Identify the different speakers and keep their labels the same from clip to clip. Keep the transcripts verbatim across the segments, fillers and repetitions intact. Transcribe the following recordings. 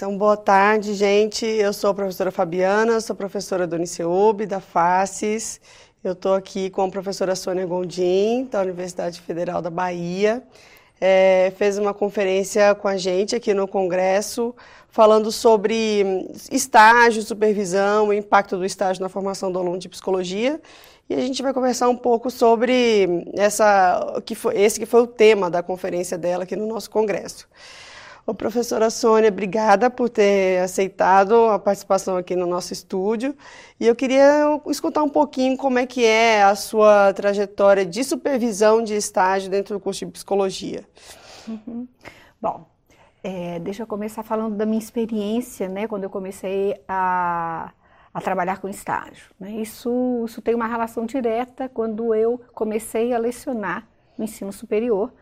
Speaker 1: Então, boa tarde, gente. Eu sou a professora Fabiana, sou professora do Uniceub, da Faces. Eu estou aqui com a professora Sônia Gondim, da Universidade Federal da Bahia. É, fez uma conferência com a gente aqui no Congresso, falando sobre estágio, supervisão, o impacto do estágio na formação do aluno de psicologia. E a gente vai conversar um pouco sobre essa, que foi, esse que foi o tema da conferência dela aqui no nosso Congresso. Ô, professora Sônia, obrigada por ter aceitado a participação aqui no nosso estúdio. E eu queria escutar um pouquinho como é que é a sua trajetória de supervisão de estágio dentro do curso de psicologia.
Speaker 2: Uhum. Bom, é, deixa eu começar falando da minha experiência, né, quando eu comecei a, a trabalhar com estágio. Né? Isso, isso tem uma relação direta quando eu comecei a lecionar no ensino superior,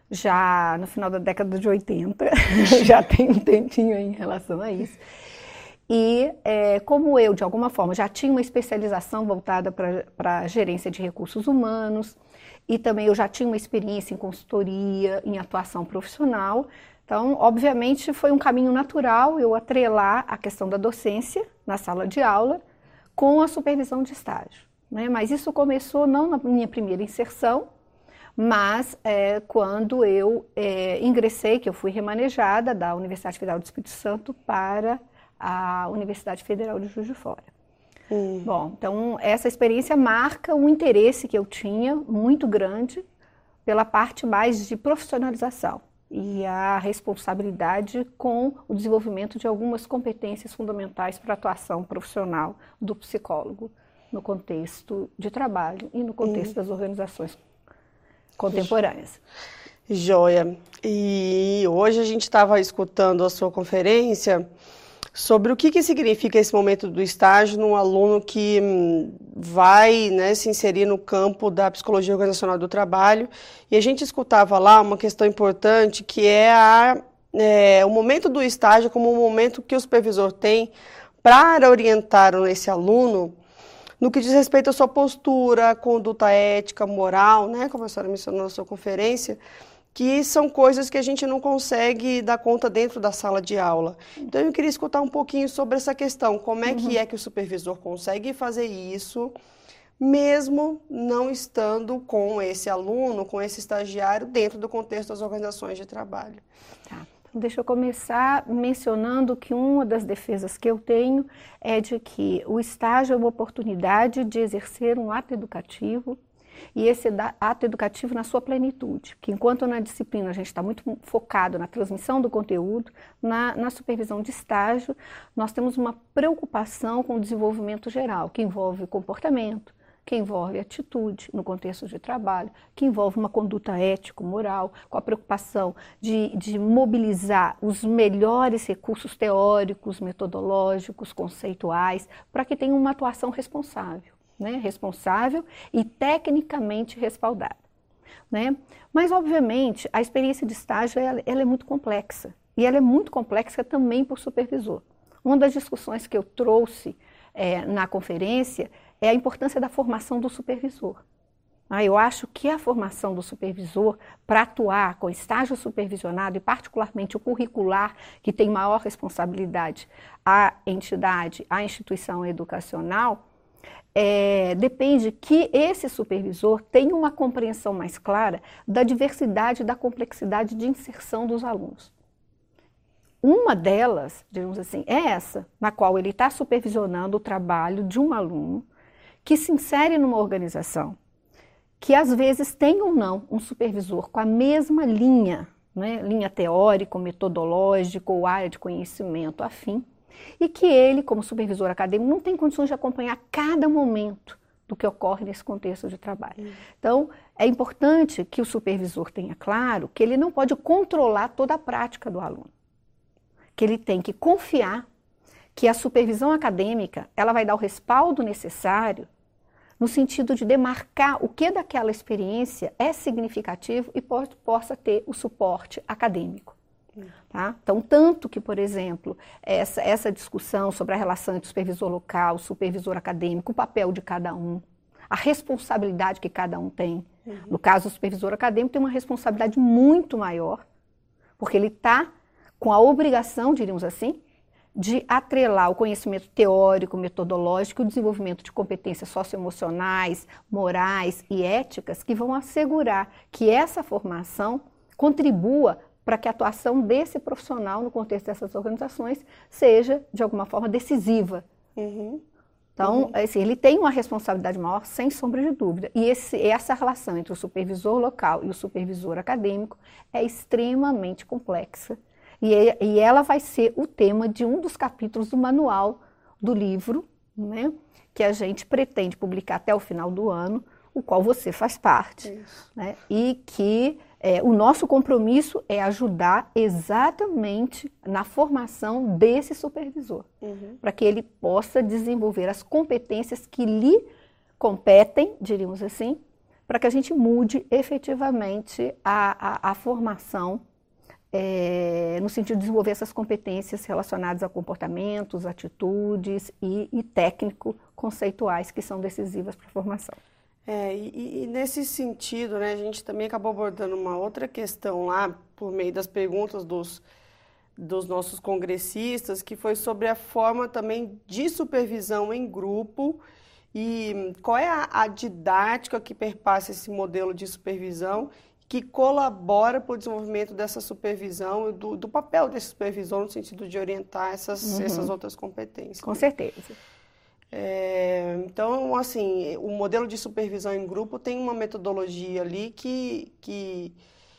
Speaker 2: já no final da década de oitenta, já tem um tempinho aí em relação a isso. E é, como eu, de alguma forma, já tinha uma especialização voltada para a gerência de recursos humanos, e também eu já tinha uma experiência em consultoria, em atuação profissional, então, obviamente, foi um caminho natural eu atrelar a questão da docência na sala de aula com a supervisão de estágio. Né? Mas isso começou não na minha primeira inserção, mas é, quando eu é, ingressei, que eu fui remanejada da Universidade Federal do Espírito Santo para a Universidade Federal de Juiz de Fora. Hum. Bom, então essa experiência marca um interesse que eu tinha muito grande pela parte mais de profissionalização e a responsabilidade com o desenvolvimento de algumas competências fundamentais para a atuação profissional do psicólogo no contexto de trabalho e no contexto hum. das organizações contemporâneas.
Speaker 1: Joia. E hoje a gente estava escutando a sua conferência sobre o que, que significa esse momento do estágio num aluno que hum, vai, né, se inserir no campo da psicologia organizacional do trabalho. E a gente escutava lá uma questão importante, que é, a, é o momento do estágio como um momento que o supervisor tem para orientar esse aluno no que diz respeito à sua postura, conduta ética, moral, né, como a senhora mencionou na sua conferência, que são coisas que a gente não consegue dar conta dentro da sala de aula. Então, eu queria escutar um pouquinho sobre essa questão. Como é que é que o supervisor consegue fazer isso, mesmo não estando com esse aluno, com esse estagiário, dentro do contexto das organizações de trabalho?
Speaker 2: Tá. Deixa eu começar mencionando que uma das defesas que eu tenho é de que o estágio é uma oportunidade de exercer um ato educativo, e esse ato educativo na sua plenitude, que enquanto na disciplina a gente está muito focado na transmissão do conteúdo, na, na supervisão de estágio, nós temos uma preocupação com o desenvolvimento geral, que envolve comportamento, que envolve atitude no contexto de trabalho, que envolve uma conduta ético-moral, com a preocupação de, de mobilizar os melhores recursos teóricos, metodológicos, conceituais, para que tenha uma atuação responsável, né? responsável e tecnicamente respaldada. Né? Mas, obviamente, a experiência de estágio ela, ela é muito complexa, e ela é muito complexa também por supervisor. Uma das discussões que eu trouxe é, na conferência é a importância da formação do supervisor. Ah, eu acho que a formação do supervisor para atuar com estágio supervisionado, e particularmente o curricular, que tem maior responsabilidade à entidade, à instituição educacional, é, depende que esse supervisor tenha uma compreensão mais clara da diversidade e da complexidade de inserção dos alunos. Uma delas, digamos assim, é essa, na qual ele está supervisionando o trabalho de um aluno que se insere numa organização, que às vezes tem ou não um supervisor com a mesma linha, né, linha teórica, metodológica ou área de conhecimento afim, e que ele, como supervisor acadêmico, não tem condições de acompanhar cada momento do que ocorre nesse contexto de trabalho. Uhum. Então, é importante que o supervisor tenha claro que ele não pode controlar toda a prática do aluno, que ele tem que confiar que a supervisão acadêmica ela vai dar o respaldo necessário no sentido de demarcar o que daquela experiência é significativo e pode, possa ter o suporte acadêmico. Tá? Então, tanto que, por exemplo, essa, essa discussão sobre a relação entre supervisor local, supervisor acadêmico, o papel de cada um, a responsabilidade que cada um tem. Uhum. No caso, o supervisor acadêmico tem uma responsabilidade muito maior, porque ele está com a obrigação, diríamos assim, de atrelar o conhecimento teórico, metodológico, o desenvolvimento de competências socioemocionais, morais e éticas que vão assegurar que essa formação contribua para que a atuação desse profissional no contexto dessas organizações seja, de alguma forma, decisiva.
Speaker 1: Uhum.
Speaker 2: Então,
Speaker 1: uhum.
Speaker 2: assim, ele tem uma responsabilidade maior, sem sombra de dúvida. E esse, essa relação entre o supervisor local e o supervisor acadêmico é extremamente complexa. E, e ela vai ser o tema de um dos capítulos do manual do livro, né, que a gente pretende publicar até o final do ano, o qual você faz parte. Né, e que é, o nosso compromisso é ajudar exatamente na formação desse supervisor, uhum. para que ele possa desenvolver as competências que lhe competem, diríamos assim, para que a gente mude efetivamente a, a, a formação É, no sentido de desenvolver essas competências relacionadas a comportamentos, atitudes e, e técnico-conceituais que são decisivas para a formação.
Speaker 1: É, e, e nesse sentido, né, a gente também acabou abordando uma outra questão lá, por meio das perguntas dos, dos nossos congressistas, que foi sobre a forma também de supervisão em grupo e qual é a, a didática que perpassa esse modelo de supervisão que colabora para o desenvolvimento dessa supervisão e do, do papel desse supervisor no sentido de orientar essas, uhum. essas outras competências.
Speaker 2: Com certeza.
Speaker 1: É, então, assim, o modelo de supervisão em grupo tem uma metodologia ali que, que,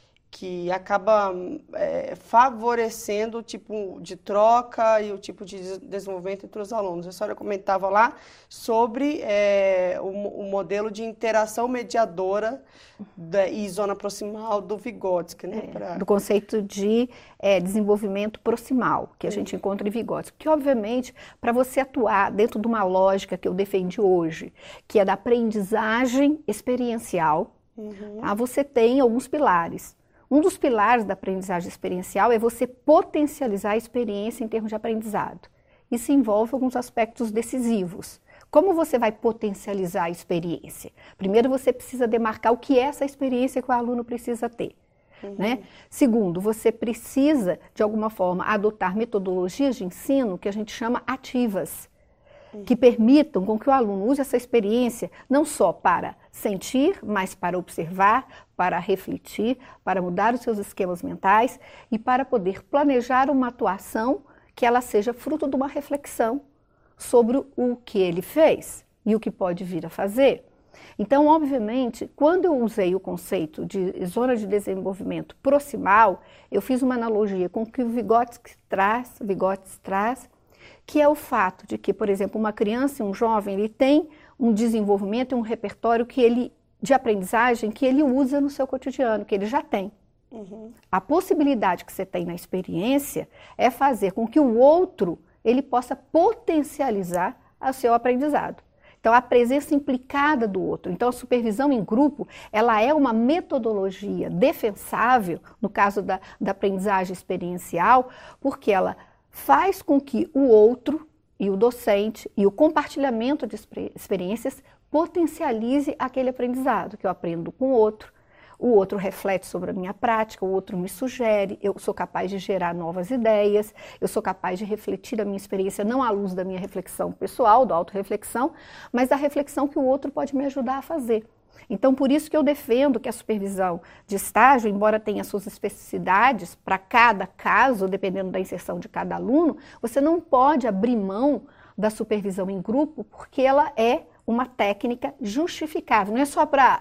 Speaker 1: que acaba é, favorecendo o tipo de troca e o tipo de desenvolvimento entre os alunos. A senhora comentava lá sobre é, o, o modelo de interação mediadora da, e zona proximal do Vygotsky, né?
Speaker 2: É,
Speaker 1: pra...
Speaker 2: Do conceito de é, desenvolvimento proximal, que a gente uhum. encontra em Vygotsky. Porque, obviamente, para você atuar dentro de uma lógica que eu defendi hoje, que é da aprendizagem experiencial, uhum. tá? Você tem alguns pilares. Um dos pilares da aprendizagem experiencial é você potencializar a experiência em termos de aprendizado. Isso envolve alguns aspectos decisivos. Como você vai potencializar a experiência? Primeiro, você precisa demarcar o que é essa experiência que o aluno precisa ter. Uhum. Né? Segundo, você precisa, de alguma forma, adotar metodologias de ensino que a gente chama ativas, uhum. que permitam com que o aluno use essa experiência não só para sentir, mas para observar, para refletir, para mudar os seus esquemas mentais e para poder planejar uma atuação que ela seja fruto de uma reflexão sobre o que ele fez e o que pode vir a fazer. Então, obviamente, quando eu usei o conceito de zona de desenvolvimento proximal, eu fiz uma analogia com o que o Vygotsky traz, Vygotsky traz, que é o fato de que, por exemplo, uma criança e um jovem, ele tem um desenvolvimento e um repertório que ele, de aprendizagem que ele usa no seu cotidiano, que ele já tem. Uhum. A possibilidade que você tem na experiência é fazer com que o outro ele possa potencializar o seu aprendizado. Então, a presença implicada do outro. Então, a supervisão em grupo, ela é uma metodologia defensável, no caso da, da aprendizagem experiencial, porque ela faz com que o outro e o docente e o compartilhamento de experiências potencialize aquele aprendizado que eu aprendo com o outro. O outro reflete sobre a minha prática, o outro me sugere, eu sou capaz de gerar novas ideias, eu sou capaz de refletir a minha experiência não à luz da minha reflexão pessoal, da autorreflexão, mas da reflexão que o outro pode me ajudar a fazer. Então, por isso que eu defendo que a supervisão de estágio, embora tenha suas especificidades para cada caso, dependendo da inserção de cada aluno, você não pode abrir mão da supervisão em grupo, porque ela é uma técnica justificável, não é só para...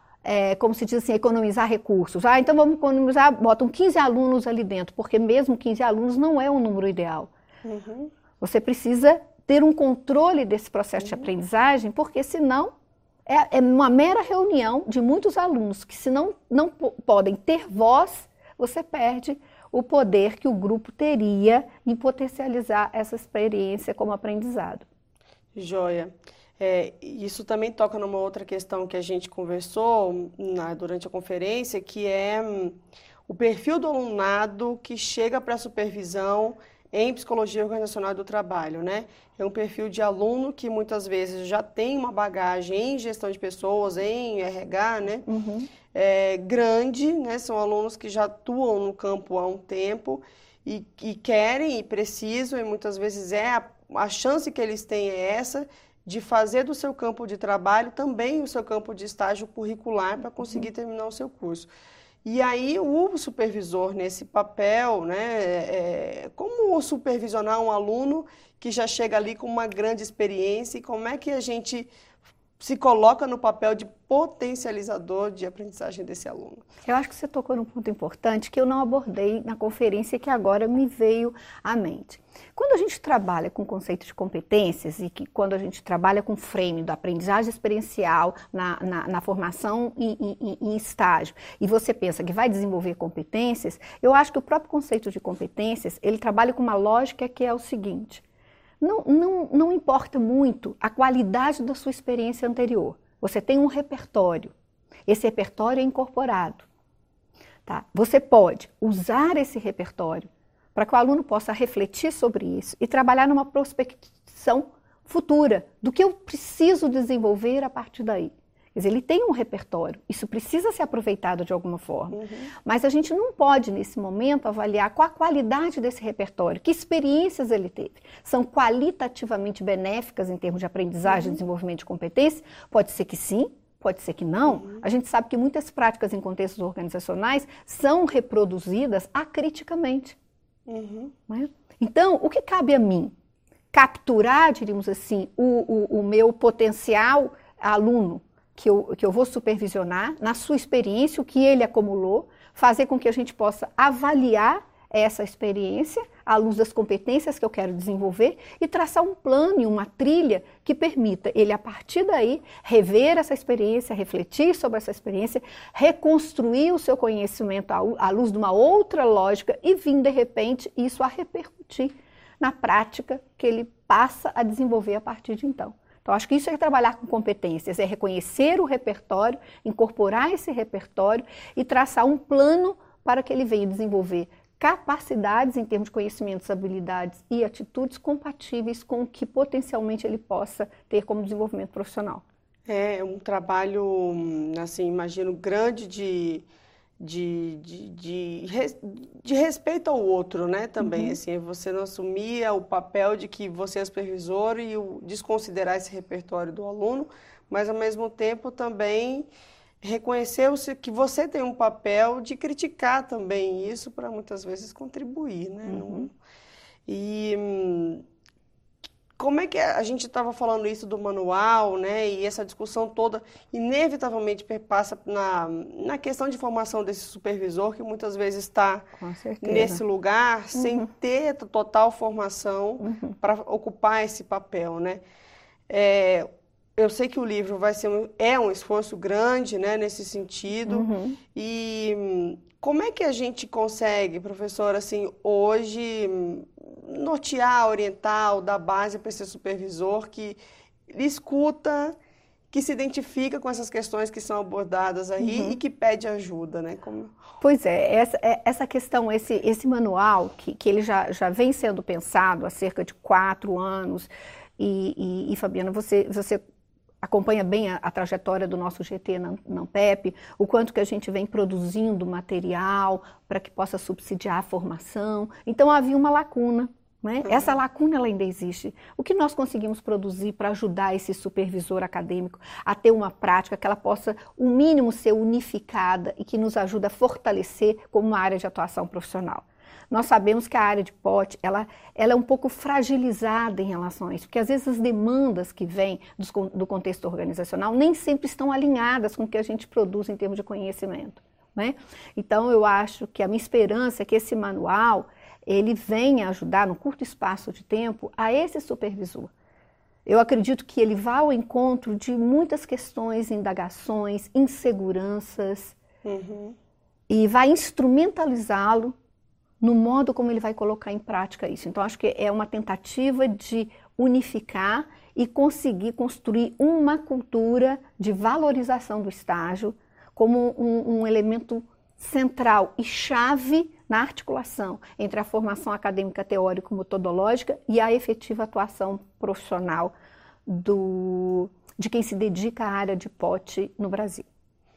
Speaker 2: É, como se diz assim, economizar recursos. Ah, então vamos economizar, botam quinze alunos ali dentro, porque mesmo quinze alunos não é um número ideal. Uhum. Você precisa ter um controle desse processo uhum. de aprendizagem, porque senão é, é uma mera reunião de muitos alunos que se não, não podem ter voz, você perde o poder que o grupo teria em potencializar essa experiência como aprendizado.
Speaker 1: Joia. É, isso também toca numa outra questão que a gente conversou na, durante a conferência, que é hum, o perfil do alunado que chega para a supervisão em psicologia organizacional do trabalho, né? É um perfil de aluno que muitas vezes já tem uma bagagem em gestão de pessoas, em R H, né? Uhum. É, grande, né? São alunos que já atuam no campo há um tempo e, e querem e precisam, e muitas vezes é a, a chance que eles têm é essa, de fazer do seu campo de trabalho também o seu campo de estágio curricular para conseguir terminar o seu curso. E aí o supervisor nesse papel, né, é, como supervisionar um aluno que já chega ali com uma grande experiência e como é que a gente se coloca no papel de potencializador de aprendizagem desse aluno?
Speaker 2: Eu acho que você tocou num ponto importante que eu não abordei na conferência, que agora me veio à mente. Quando a gente trabalha com o conceito de competências e que quando a gente trabalha com o frame da aprendizagem experiencial na, na, na formação em, em, em estágio, e você pensa que vai desenvolver competências, eu acho que o próprio conceito de competências, ele trabalha com uma lógica que é o seguinte: Não, não, não importa muito a qualidade da sua experiência anterior. Você tem um repertório. Esse repertório é incorporado. Tá? Você pode usar esse repertório para que o aluno possa refletir sobre isso e trabalhar numa prospecção futura do que eu preciso desenvolver a partir daí. Quer dizer, ele tem um repertório, isso precisa ser aproveitado de alguma forma. Uhum. Mas a gente não pode, nesse momento, avaliar qual a qualidade desse repertório, que experiências ele teve. São qualitativamente benéficas em termos de aprendizagem e uhum. desenvolvimento de competência? Pode ser que sim, pode ser que não. Uhum. A gente sabe que muitas práticas em contextos organizacionais são reproduzidas acriticamente. Uhum. Né? Então, o que cabe a mim? Capturar, diríamos assim, o, o, o meu potencial aluno, Que eu, que eu vou supervisionar, na sua experiência, o que ele acumulou, fazer com que a gente possa avaliar essa experiência à luz das competências que eu quero desenvolver e traçar um plano e uma trilha que permita ele, a partir daí, rever essa experiência, refletir sobre essa experiência, reconstruir o seu conhecimento à, à luz de uma outra lógica e vir, de repente, isso a repercutir na prática que ele passa a desenvolver a partir de então. Então, acho que isso é trabalhar com competências, é reconhecer o repertório, incorporar esse repertório e traçar um plano para que ele venha desenvolver capacidades em termos de conhecimentos, habilidades e atitudes compatíveis com o que potencialmente ele possa ter como desenvolvimento profissional.
Speaker 1: É um trabalho, assim, imagino, grande de... De, de, de, de respeito ao outro, né, também, uhum. assim, você não assumir o papel de que você é supervisor e o, desconsiderar esse repertório do aluno, mas ao mesmo tempo também reconhecer que você tem um papel de criticar também isso para muitas vezes contribuir, né, uhum. não, e... Como é que a gente estava falando isso do manual, né? E essa discussão toda inevitavelmente perpassa na, na questão de formação desse supervisor, que muitas vezes está nesse lugar uhum. sem ter total formação uhum. para ocupar esse papel, né? É, eu sei que o livro vai ser um, é um esforço grande, né, nesse sentido. Uhum. E como é que a gente consegue, professora, assim, hoje nortear, orientar, dar base para esse supervisor que escuta, que se identifica com essas questões que são abordadas aí uhum. e que pede ajuda, né? Como...
Speaker 2: Pois é, essa, essa questão, esse, esse manual, que, que ele já, já vem sendo pensado há cerca de quatro anos, e, e, e Fabiana, você, você acompanha bem a, a trajetória do nosso G T na Ampep, o quanto que a gente vem produzindo material para que possa subsidiar a formação. Então havia uma lacuna, né? Uhum. Essa lacuna ela ainda existe. O que nós conseguimos produzir para ajudar esse supervisor acadêmico a ter uma prática que ela possa, o mínimo, ser unificada e que nos ajude a fortalecer como uma área de atuação profissional? Nós sabemos que a área de P O T, ela, ela é um pouco fragilizada em relação a isso, porque às vezes as demandas que vêm do, do contexto organizacional nem sempre estão alinhadas com o que a gente produz em termos de conhecimento, né? Então, eu acho que a minha esperança é que esse manual, ele venha ajudar, no curto espaço de tempo, a esse supervisor. Eu acredito que ele vá ao encontro de muitas questões, indagações, inseguranças, uhum. e vai instrumentalizá-lo no modo como ele vai colocar em prática isso. Então, acho que é uma tentativa de unificar e conseguir construir uma cultura de valorização do estágio como um, um elemento central e chave na articulação entre a formação acadêmica teórico-metodológica e a efetiva atuação profissional do, de quem se dedica à área de P O T no Brasil.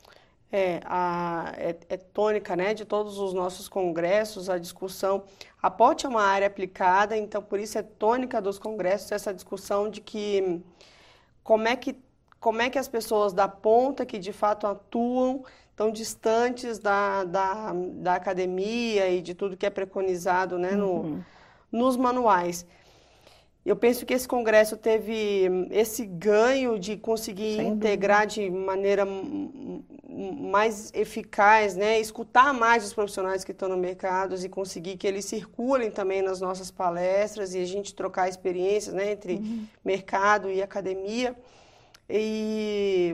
Speaker 1: É, a, é, é tônica, né, de todos os nossos congressos, a discussão. A P O T é uma área aplicada, então por isso é tônica dos congressos essa discussão de que como é que, como é que as pessoas da ponta, que de fato atuam, tão distantes da, da, da academia e de tudo que é preconizado, né, no,
Speaker 2: Uhum.
Speaker 1: nos manuais. Eu penso que esse congresso teve esse ganho de conseguir
Speaker 2: Sem
Speaker 1: integrar
Speaker 2: dúvida.
Speaker 1: de maneira m- m- mais eficaz, né? Escutar mais os profissionais que estão no mercado e conseguir que eles circulem também nas nossas palestras e a gente trocar experiências, né, entre
Speaker 2: Uhum.
Speaker 1: mercado e academia. E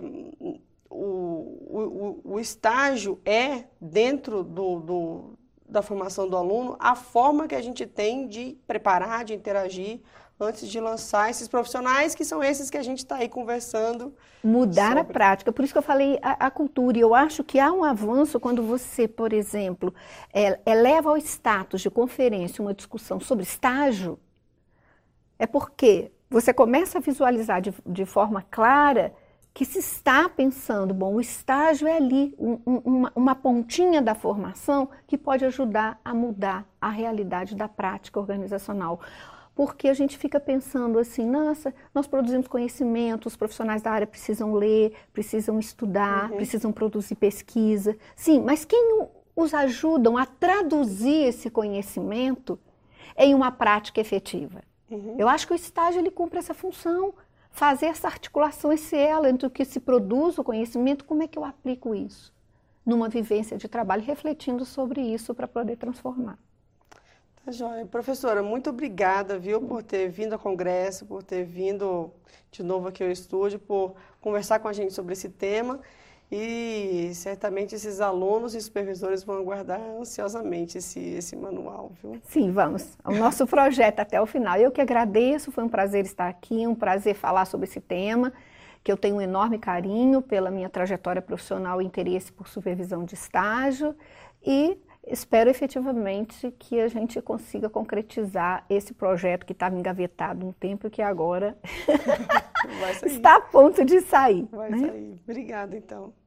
Speaker 1: o, o, o estágio é, dentro do, do, da formação do aluno, a forma que a gente tem de preparar, de interagir antes de lançar esses profissionais, que são esses que a gente está aí conversando
Speaker 2: Mudar a
Speaker 1: sobre.
Speaker 2: prática, por isso que eu falei a, a cultura, e eu acho que há um avanço quando você, por exemplo, é, eleva ao status de conferência uma discussão sobre estágio, é porque você começa a visualizar de, de forma clara que se está pensando, bom, o estágio é ali, um, um, uma, uma pontinha da formação que pode ajudar a mudar a realidade da prática organizacional. Porque a gente fica pensando assim, nossa, nós produzimos conhecimento, os profissionais da área precisam ler, precisam estudar,
Speaker 1: Uhum.
Speaker 2: precisam produzir pesquisa. Sim, mas quem os ajudam a traduzir esse conhecimento em uma prática efetiva?
Speaker 1: Uhum.
Speaker 2: Eu acho que o estágio ele cumpre essa função, fazer essa articulação, esse elo entre o que se produz o conhecimento, como é que eu aplico isso numa vivência de trabalho, refletindo sobre isso para poder transformar.
Speaker 1: Tá joia. Professora, muito obrigada, viu, por ter vindo ao congresso, por ter vindo de novo aqui ao estúdio, por conversar com a gente sobre esse tema. E certamente esses alunos e supervisores vão aguardar ansiosamente esse, esse manual, viu?
Speaker 2: Sim, vamos. O nosso projeto até o final. Eu que agradeço, foi um prazer estar aqui, um prazer falar sobre esse tema, que eu tenho um enorme carinho pela minha trajetória profissional e interesse por supervisão de estágio e espero efetivamente que a gente consiga concretizar esse projeto que estava engavetado um tempo e que agora
Speaker 1: Vai sair.
Speaker 2: está a ponto de sair.
Speaker 1: Vai
Speaker 2: né?
Speaker 1: sair. Obrigada, então.